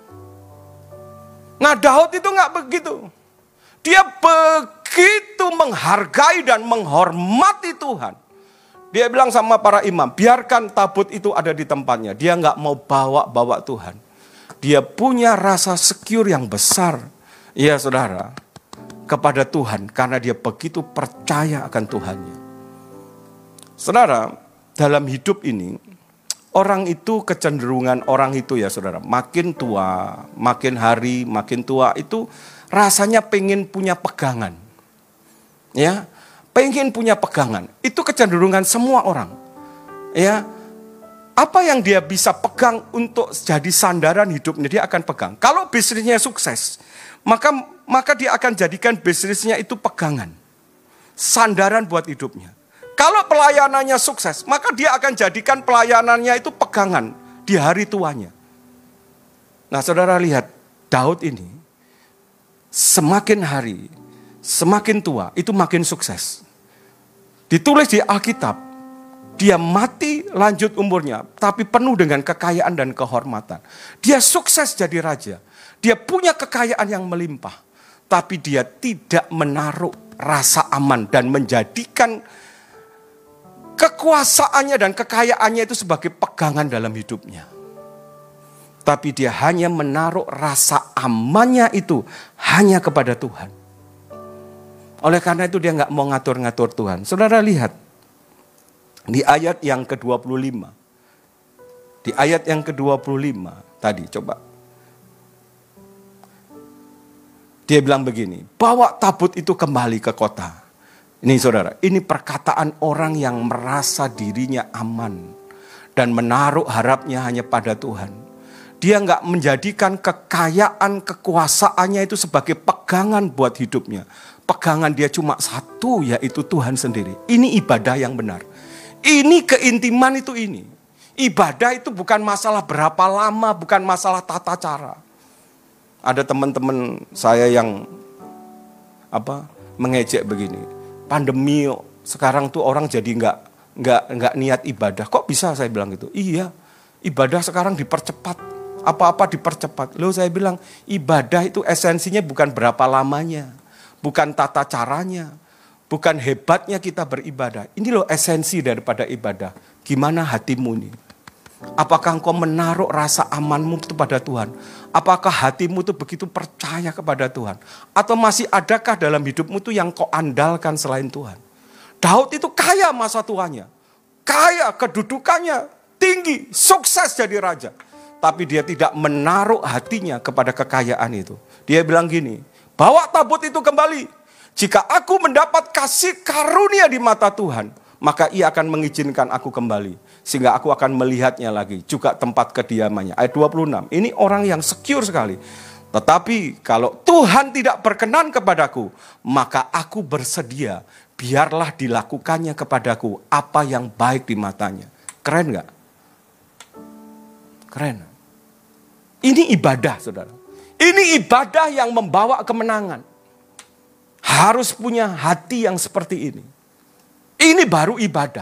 Nah, Daud itu nggak begitu. Dia begitu menghargai dan menghormati Tuhan. Dia bilang sama para imam, biarkan tabut itu ada di tempatnya. Dia nggak mau bawa-bawa Tuhan. Dia punya rasa secure yang besar, ya saudara, kepada Tuhan. Karena dia begitu percaya akan Tuhannya. Saudara, dalam hidup ini, orang itu kecenderungan orang itu ya saudara, makin tua, makin hari, makin tua itu rasanya pengen punya pegangan. Ya, pengen punya pegangan. Itu kecenderungan semua orang. Ya, apa yang dia bisa pegang untuk jadi sandaran hidupnya, dia akan pegang. Kalau bisnisnya sukses, maka maka dia akan jadikan bisnisnya itu pegangan. Sandaran buat hidupnya. Kalau pelayanannya sukses, maka dia akan jadikan pelayanannya itu pegangan di hari tuanya. Nah, saudara lihat, Daud ini semakin hari, semakin tua, itu makin sukses. Ditulis di Alkitab, dia mati lanjut umurnya, tapi penuh dengan kekayaan dan kehormatan. Dia sukses jadi raja, dia punya kekayaan yang melimpah, tapi dia tidak menaruh rasa aman dan menjadikan kekuasaannya dan kekayaannya itu sebagai pegangan dalam hidupnya. Tapi dia hanya menaruh rasa amannya itu hanya kepada Tuhan. Oleh karena itu dia nggak mau ngatur-ngatur Tuhan. Saudara lihat di ayat yang ke dua puluh lima. Di ayat yang ke dua puluh lima tadi coba. Dia bilang begini, bawa tabut itu kembali ke kota. Ini saudara, ini perkataan orang yang merasa dirinya aman dan menaruh harapnya hanya pada Tuhan. Dia nggak menjadikan kekayaan, kekuasaannya itu sebagai pegangan buat hidupnya. Pegangan dia cuma satu, yaitu Tuhan sendiri. Ini ibadah yang benar. Ini keintiman itu ini. Ibadah itu bukan masalah berapa lama, bukan masalah tata cara. Ada teman-teman saya yang apa mengejek begini. Pandemi sekarang tuh orang jadi nggak nggak nggak niat ibadah. Kok bisa saya bilang gitu? Iya, ibadah sekarang dipercepat. Apa-apa dipercepat. Loh saya bilang ibadah itu esensinya bukan berapa lamanya, bukan tata caranya, bukan hebatnya kita beribadah. Ini loh esensi daripada ibadah. Gimana hatimu nih? Apakah engkau menaruh rasa amanmu kepada Tuhan? Apakah hatimu itu begitu percaya kepada Tuhan? Atau masih adakah dalam hidupmu itu yang kau andalkan selain Tuhan? Daud itu kaya masa tuanya. kaya, kedudukannya tinggi, sukses jadi raja. Tapi dia tidak menaruh hatinya kepada kekayaan itu. Dia bilang gini, bawa tabut itu kembali. Jika aku mendapat kasih karunia di mata Tuhan, maka ia akan mengizinkan aku kembali. Sehingga aku akan melihatnya lagi, juga tempat kediamannya. Ayat dua puluh enam, ini orang yang secure sekali. Tetapi kalau Tuhan tidak berkenan kepadaku, maka aku bersedia, biarlah dilakukannya kepadaku apa yang baik di matanya. Keren gak? Keren. Ini ibadah, saudara. Ini ibadah yang membawa kemenangan. Harus punya hati yang seperti ini. Ini baru ibadah.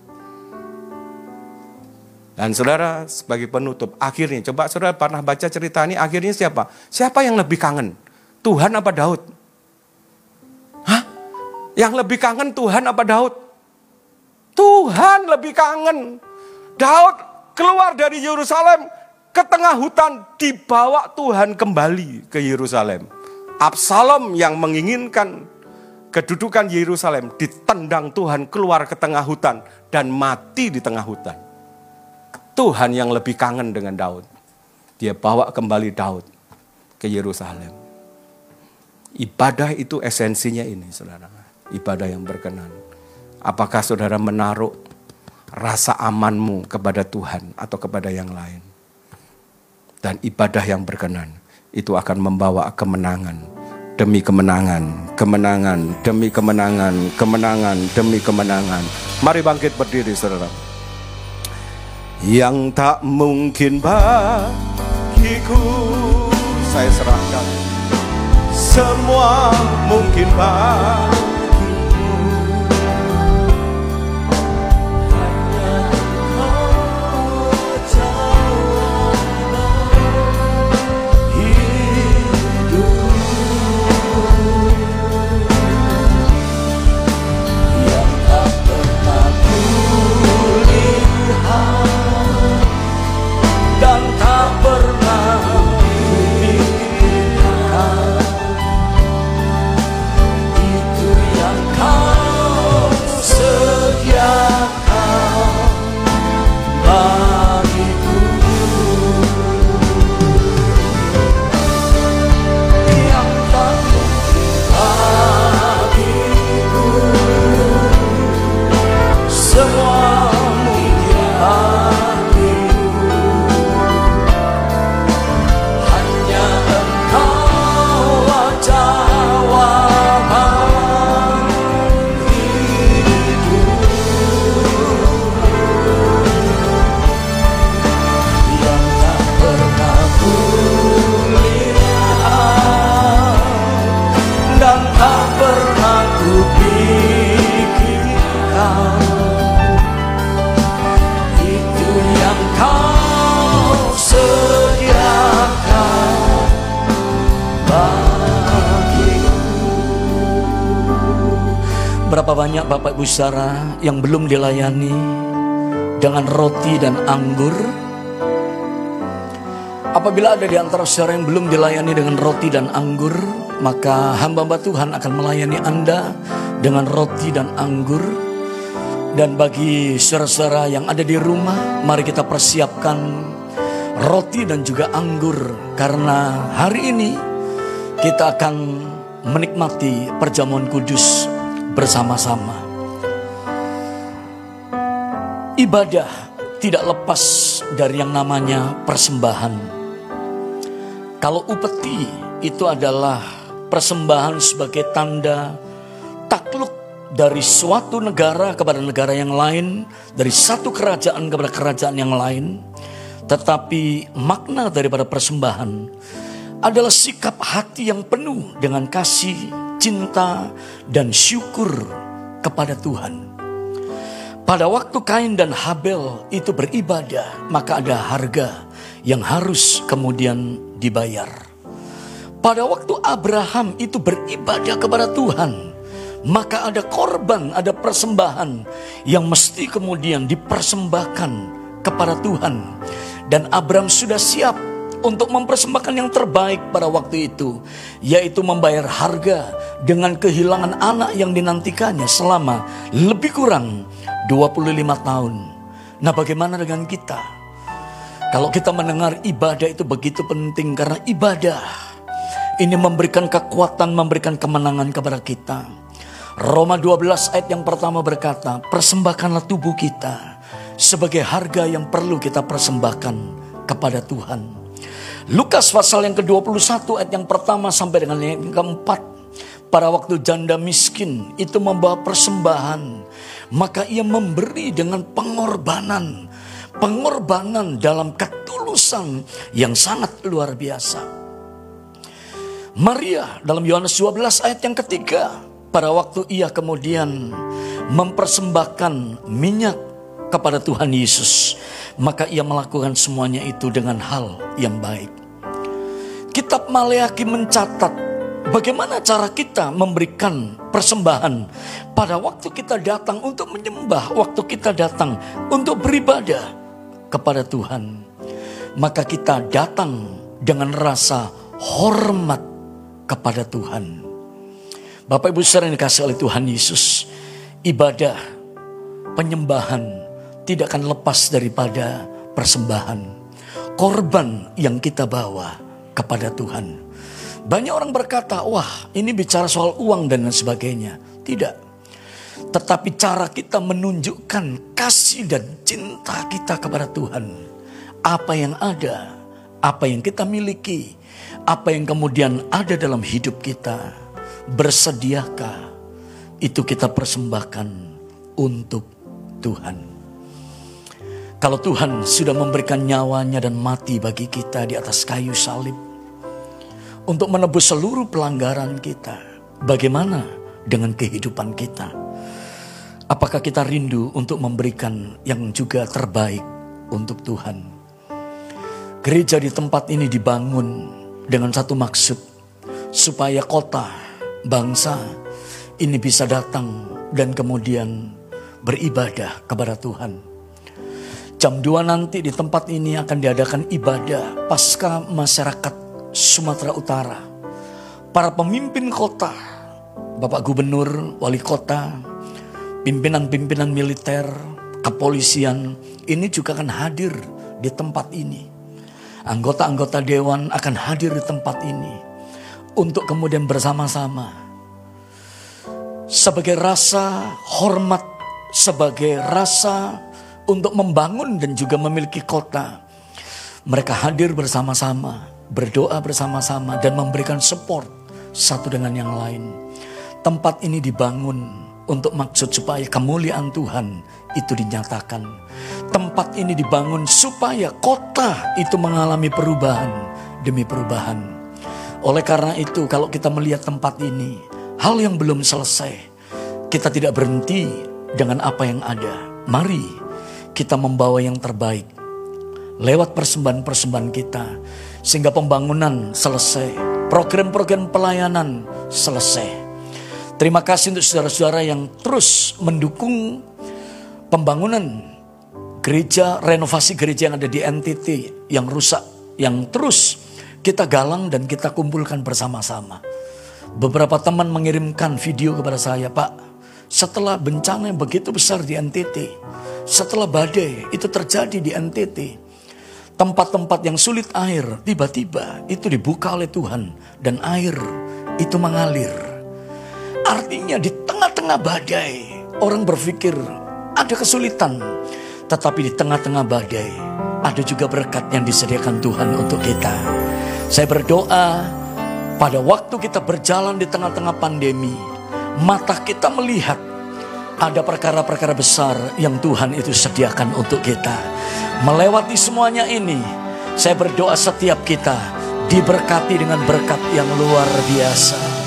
Dan saudara, sebagai penutup, akhirnya, coba saudara pernah baca cerita ini, akhirnya siapa? Siapa yang lebih kangen? Tuhan apa Daud? Hah? Yang lebih kangen Tuhan apa Daud? Tuhan lebih kangen. Daud keluar dari Yerusalem ke tengah hutan, dibawa Tuhan kembali ke Yerusalem. Absalom yang menginginkan kedudukan Yerusalem ditendang Tuhan keluar ke tengah hutan dan mati di tengah hutan. Tuhan yang lebih kangen dengan Daud. Dia bawa kembali Daud ke Yerusalem. Ibadah itu esensinya ini, saudara. Ibadah yang berkenan. Apakah saudara menaruh rasa amanmu kepada Tuhan atau kepada yang lain? Dan ibadah yang berkenan itu akan membawa kemenangan demi kemenangan, kemenangan demi kemenangan, kemenangan demi kemenangan. Mari bangkit berdiri, saudara. Yang tak mungkin bagiku, saya serahkan. Semua mungkin bagimu. Hanya Engkau jawaban hidupku. Yang tak pernah kulihat dan tak pernah kupikirkan, itu yang Kau sediakan bagiku. Yang tak mungkin bagiku, semua mungkin bagiku. Hanya Engkau jawaban hidupku. Yang tak pernah kulihat dan tak pernah kupikirkan, itu yang Kau sediakan bagiku. Berapa banyak Bapak Ibu saudara yang belum dilayani dengan roti dan anggur? Apabila ada di antara saudara yang belum dilayani dengan roti dan anggur, maka hamba-hamba Tuhan akan melayani Anda dengan roti dan anggur. Dan bagi saudara-saudara yang ada di rumah, mari kita persiapkan roti dan juga anggur. Karena hari ini kita akan menikmati perjamuan kudus bersama-sama. Ibadah tidak lepas dari yang namanya persembahan. Kalau upeti itu adalah persembahan sebagai tanda takluk dari suatu negara kepada negara yang lain, dari satu kerajaan kepada kerajaan yang lain. Tetapi makna daripada persembahan adalah sikap hati yang penuh dengan kasih, cinta, dan syukur kepada Tuhan. Pada waktu Kain dan Habel itu beribadah, maka ada harga yang harus kemudian dibayar. Pada waktu Abraham itu beribadah kepada Tuhan, maka ada korban, ada persembahan yang mesti kemudian dipersembahkan kepada Tuhan. Dan Abraham sudah siap untuk mempersembahkan yang terbaik pada waktu itu, yaitu membayar harga dengan kehilangan anak yang dinantikannya selama lebih kurang dua puluh lima tahun. Nah, bagaimana dengan kita? Kalau kita mendengar ibadah itu begitu penting, karena ibadah ini memberikan kekuatan, memberikan kemenangan kepada kita. Roma dua belas ayat yang pertama berkata, persembahkanlah tubuh kita sebagai harga yang perlu kita persembahkan kepada Tuhan. Lukas pasal yang ke dua puluh satu ayat yang pertama sampai dengan yang keempat. Pada waktu janda miskin itu membawa persembahan, maka ia memberi dengan pengorbanan. Pengorbanan dalam ketulusan yang sangat luar biasa. Maria dalam Yohanes dua belas ayat yang ketiga, pada waktu ia kemudian mempersembahkan minyak kepada Tuhan Yesus, maka ia melakukan semuanya itu dengan hal yang baik. Kitab Maleakhi mencatat bagaimana cara kita memberikan persembahan pada waktu kita datang untuk menyembah, waktu kita datang untuk beribadah kepada Tuhan. Maka kita datang dengan rasa hormat kepada Tuhan. Bapak Ibu saudara yang dikasihi oleh Tuhan Yesus, ibadah penyembahan tidak akan lepas daripada persembahan, korban yang kita bawa kepada Tuhan. Banyak orang berkata, wah ini bicara soal uang dan lain sebagainya. Tidak. Tetapi cara kita menunjukkan kasih dan cinta kita kepada Tuhan. Apa yang ada, apa yang kita miliki, apa yang kemudian ada dalam hidup kita, bersediakah itu kita persembahkan untuk Tuhan. Kalau Tuhan sudah memberikan nyawanya dan mati bagi kita di atas kayu salib untuk menebus seluruh pelanggaran kita, bagaimana dengan kehidupan kita? Apakah kita rindu untuk memberikan yang juga terbaik untuk Tuhan? Gereja di tempat ini dibangun dengan satu maksud, supaya kota, bangsa ini bisa datang dan kemudian beribadah kepada Tuhan. Jam dua nanti di tempat ini akan diadakan ibadah pasca masyarakat Sumatera Utara. Para pemimpin kota, Bapak Gubernur, Wali Kota, pimpinan-pimpinan militer, kepolisian, ini juga akan hadir di tempat ini. Anggota-anggota dewan akan hadir di tempat ini untuk kemudian bersama-sama sebagai rasa hormat, sebagai rasa untuk membangun dan juga memiliki kota. Mereka hadir bersama-sama, berdoa bersama-sama dan memberikan support satu dengan yang lain. Tempat ini dibangun untuk maksud supaya kemuliaan Tuhan itu dinyatakan. Tempat ini dibangun supaya kota itu mengalami perubahan demi perubahan. Oleh karena itu, kalau kita melihat tempat ini, hal yang belum selesai, kita tidak berhenti dengan apa yang ada. Mari kita membawa yang terbaik lewat persembahan-persembahan kita, sehingga pembangunan selesai, program-program pelayanan selesai. Terima kasih untuk saudara-saudara yang terus mendukung pembangunan gereja, renovasi gereja yang ada di N T T yang rusak, yang terus kita galang dan kita kumpulkan bersama-sama. Beberapa teman mengirimkan video kepada saya, Pak, setelah bencana yang begitu besar di N T T, setelah badai itu terjadi di N T T, tempat-tempat yang sulit air tiba-tiba itu dibuka oleh Tuhan dan air itu mengalir. Artinya di tengah-tengah badai orang berpikir ada kesulitan, tetapi di tengah-tengah badai ada juga berkat yang disediakan Tuhan untuk kita. Saya berdoa pada waktu kita berjalan di tengah-tengah pandemi, mata kita melihat ada perkara-perkara besar yang Tuhan itu sediakan untuk kita. Melewati semuanya ini, saya berdoa setiap kita diberkati dengan berkat yang luar biasa.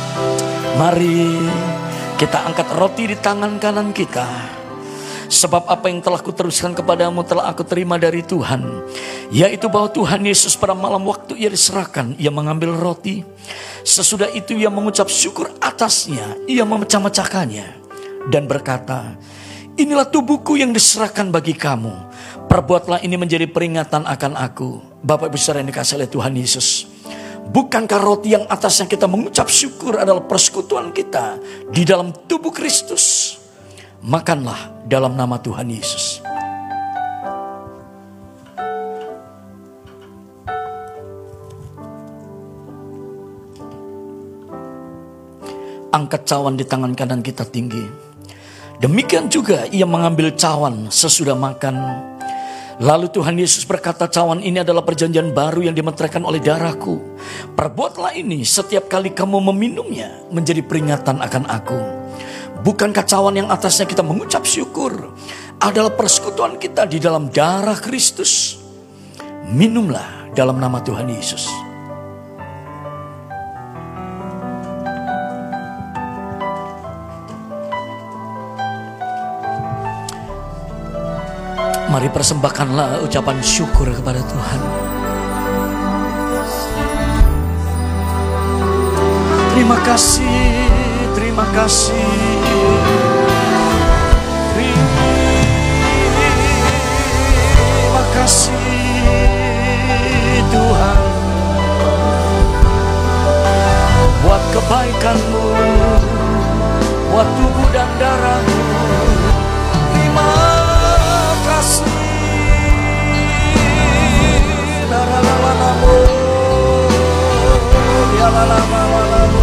Mari kita angkat roti di tangan kanan kita. Sebab apa yang telah kuteruskan kepadamu telah aku terima dari Tuhan, yaitu bahwa Tuhan Yesus pada malam waktu ia diserahkan, ia mengambil roti. Sesudah itu ia mengucap syukur atasnya, ia memecah-mecahkannya dan berkata, inilah tubuhku yang diserahkan bagi kamu. Perbuatlah ini menjadi peringatan akan aku. Bapak Ibu saudara yang dikasihi oleh Tuhan Yesus, bukankah roti yang atasnya kita mengucap syukur adalah persekutuan kita di dalam tubuh Kristus? Makanlah dalam nama Tuhan Yesus. Angkat cawan di tangan kanan kita tinggi. Demikian juga ia mengambil cawan sesudah makan. Lalu Tuhan Yesus berkata, cawan ini adalah perjanjian baru yang dimeteraikan oleh darahku. Perbuatlah ini setiap kali kamu meminumnya menjadi peringatan akan aku. Bukankah cawan yang atasnya kita mengucap syukur adalah persekutuan kita di dalam darah Kristus? Minumlah dalam nama Tuhan Yesus. Mari persembahkanlah ucapan syukur kepada Tuhan. Terima kasih, terima kasih. Terima kasih Tuhan buat kebaikan-Mu, buat tubuh dan darah-Mu. Terima kasih. La-la-la-la-la-mu, ya-la-la-la-la-la-mu.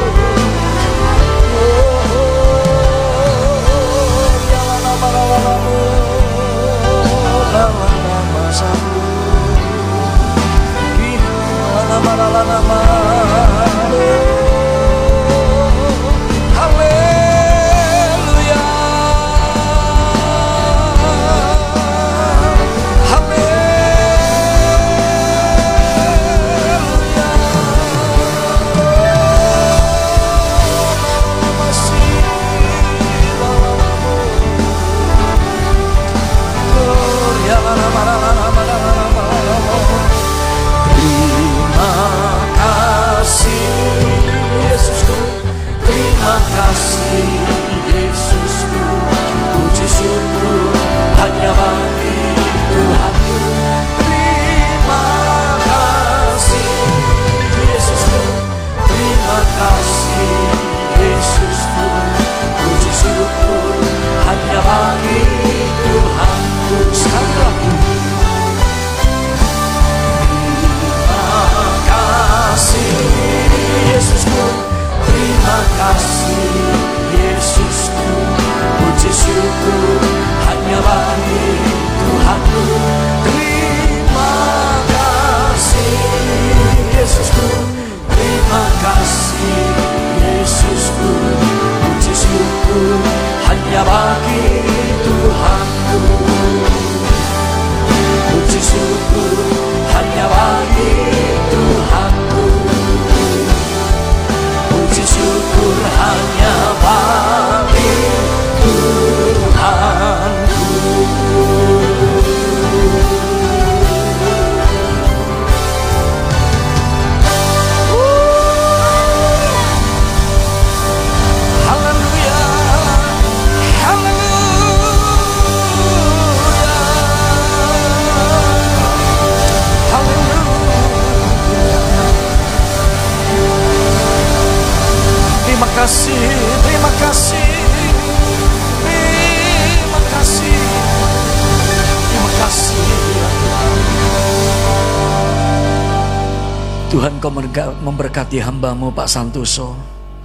Tuhan, Kau memberkati hamba-Mu Pak Santoso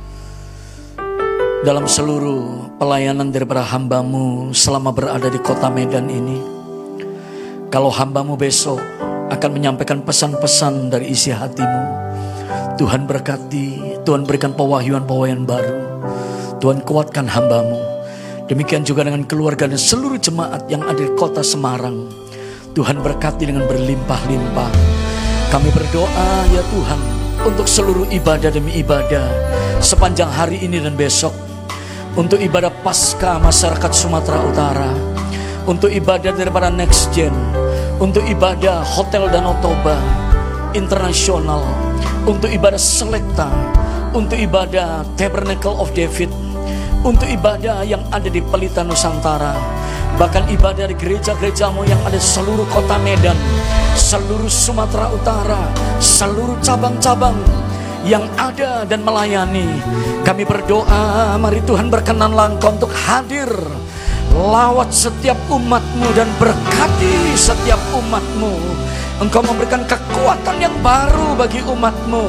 dalam seluruh pelayanan daripada hamba-Mu selama berada di kota Medan ini. Kalau hamba-Mu besok akan menyampaikan pesan-pesan dari isi hati-Mu, Tuhan berkati, Tuhan berikan pewahyuan-pewahyuan baru, Tuhan kuatkan hamba-Mu. Demikian juga dengan keluarga dan seluruh jemaat yang ada di kota Semarang, Tuhan berkati dengan berlimpah-limpah. Kami berdoa ya Tuhan untuk seluruh ibadah demi ibadah sepanjang hari ini dan besok. Untuk ibadah Paskah masyarakat Sumatera Utara, untuk ibadah daripada Next Gen, untuk ibadah Hotel Danau Toba Internasional, untuk ibadah Selekta, untuk ibadah Tabernacle of David, untuk ibadah yang ada di Pelita Nusantara, bahkan ibadah di gereja-gerejamu yang ada di seluruh kota Medan, seluruh Sumatera Utara, seluruh cabang-cabang yang ada dan melayani. Kami berdoa, mari Tuhan berkenanlah Engkau untuk hadir, lawat setiap umat-Mu dan berkati setiap umat-Mu. Engkau memberikan kekuatan yang baru bagi umat-Mu.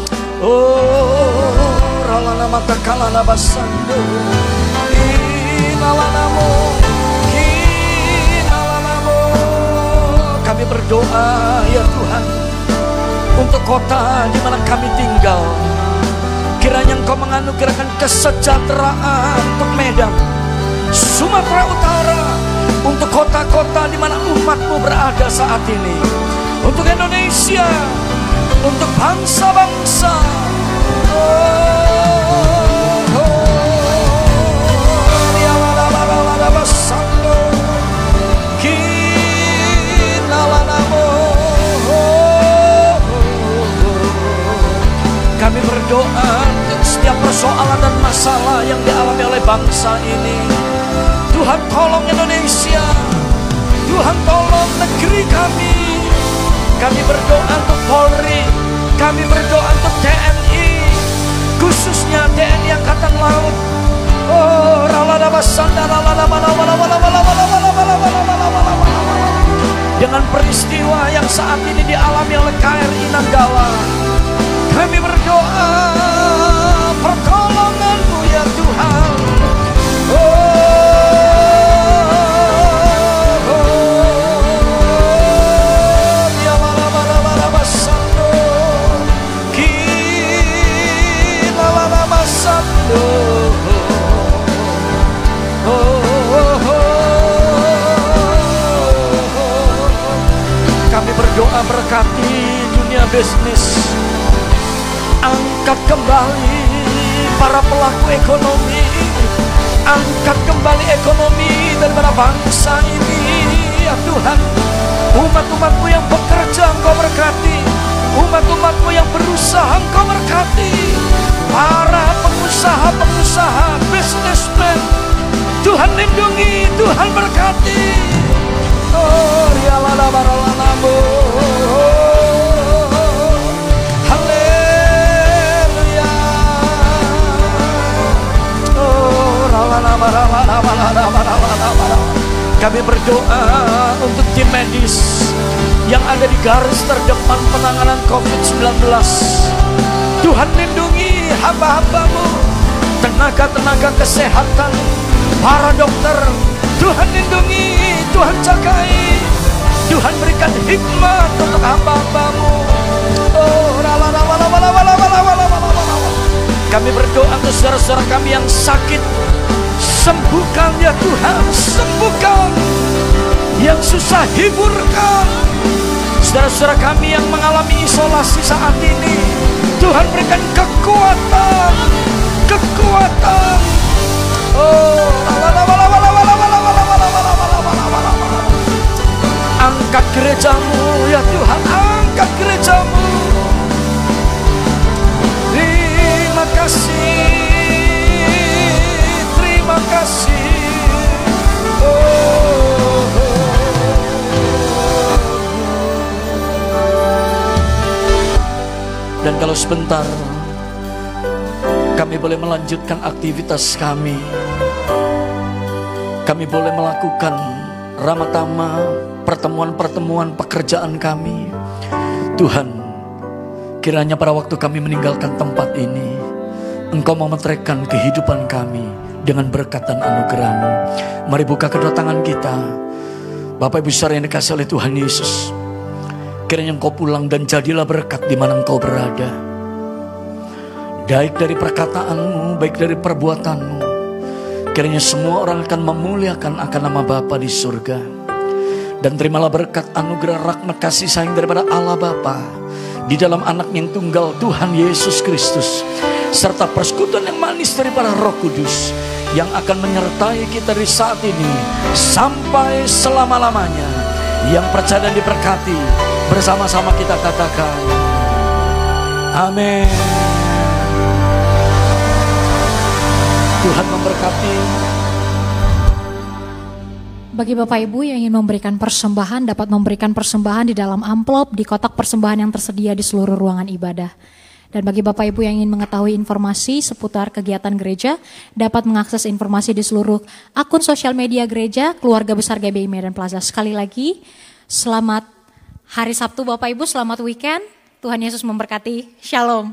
Oh, ralana mata kalana basando, inalanamo, inalanamo. Kami berdoa ya Tuhan untuk kota di mana kami tinggal. Kiranya Engkau menganugerahkan kesejahteraan untuk Medan, Sumatera Utara, untuk kota-kota di mana umat-Mu berada saat ini, untuk Indonesia, untuk bangsa-bangsa. Oh, oh, ya la la la la la basando, kinalanamo. Kami berdoa untuk setiap persoalan dan masalah yang dialami oleh bangsa ini. Tuhan tolong Indonesia, Tuhan tolong negeri kami. Kami berdoa untuk Polri, kami berdoa untuk T N I, khususnya T N I Angkatan Laut. Oh, dengan peristiwa yang saat ini dialami oleh K R I Nanggala, kami berdoa pertolongan-Mu ya Tuhan. Oh, kami berdoa berkati dunia bisnis, angkat kembali para pelaku ekonomi, angkat kembali ekonomi daripada bangsa ini ya Tuhan. Umat-umat-Mu yang bekerja Engkau berkati, umat-umat-Mu yang berusaha Engkau berkati, para pengusaha-pengusaha, businessman, Tuhan lindungi, Tuhan berkati. Oh, ya la la la la la. Haleluya. Oh, la la la la la la la la. Kami berdoa untuk tim medis yang ada di garis terdepan penanganan covid sembilan belas. Tuhan lindungi hamba-hamba-Mu, tenaga-tenaga kesehatan, para dokter. Tuhan lindungi, Tuhan jagai, Tuhan berikan hikmat untuk hamba-hamba-Mu. Oh, kami berdoa untuk saudara-saudara kami yang sakit, sembuhkan ya Tuhan, sembuhkan. Yang susah hiburkan. Saudara-saudara kami yang mengalami isolasi saat ini, Tuhan berikan kekuatan, kekuatan. Oh, angkat gereja-Mu ya Tuhan, angkat gereja-Mu. Terima kasih, terima kasih. Oh, dan kalau sebentar kami boleh melanjutkan aktivitas kami, kami boleh melakukan ramatama, pertemuan-pertemuan pekerjaan kami. Tuhan, kiranya pada waktu kami meninggalkan tempat ini, Engkau memeteraikan kehidupan kami dengan berkat dan anugerah-Mu. Mari buka kedua tangan kita. Bapak Ibu saudara yang dikasihi oleh Tuhan Yesus, kiranya Engkau pulang dan jadilah berkat di mana Engkau berada. Baik dari perkataan-Mu, baik dari perbuatan-Mu. Kiranya semua orang akan memuliakan akan nama Bapa di surga. Dan terimalah berkat anugerah rahmat kasih sayang daripada Allah Bapa di dalam anak yang tunggal Tuhan Yesus Kristus, serta persekutuan yang manis daripada Roh Kudus yang akan menyertai kita di saat ini sampai selama-lamanya. Yang percaya dan diberkati, bersama-sama kita katakan amin. Tuhan memberkati. Bagi Bapak Ibu yang ingin memberikan persembahan, dapat memberikan persembahan di dalam amplop di kotak persembahan yang tersedia di seluruh ruangan ibadah. Dan bagi Bapak Ibu yang ingin mengetahui informasi seputar kegiatan gereja, dapat mengakses informasi di seluruh akun sosial media gereja, Keluarga Besar G B I Medan Plaza. Sekali lagi, selamat hari Sabtu Bapak Ibu, selamat weekend. Tuhan Yesus memberkati. Shalom.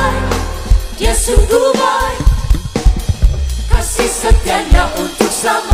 Sungguh baik, kasih setianya untuk selama.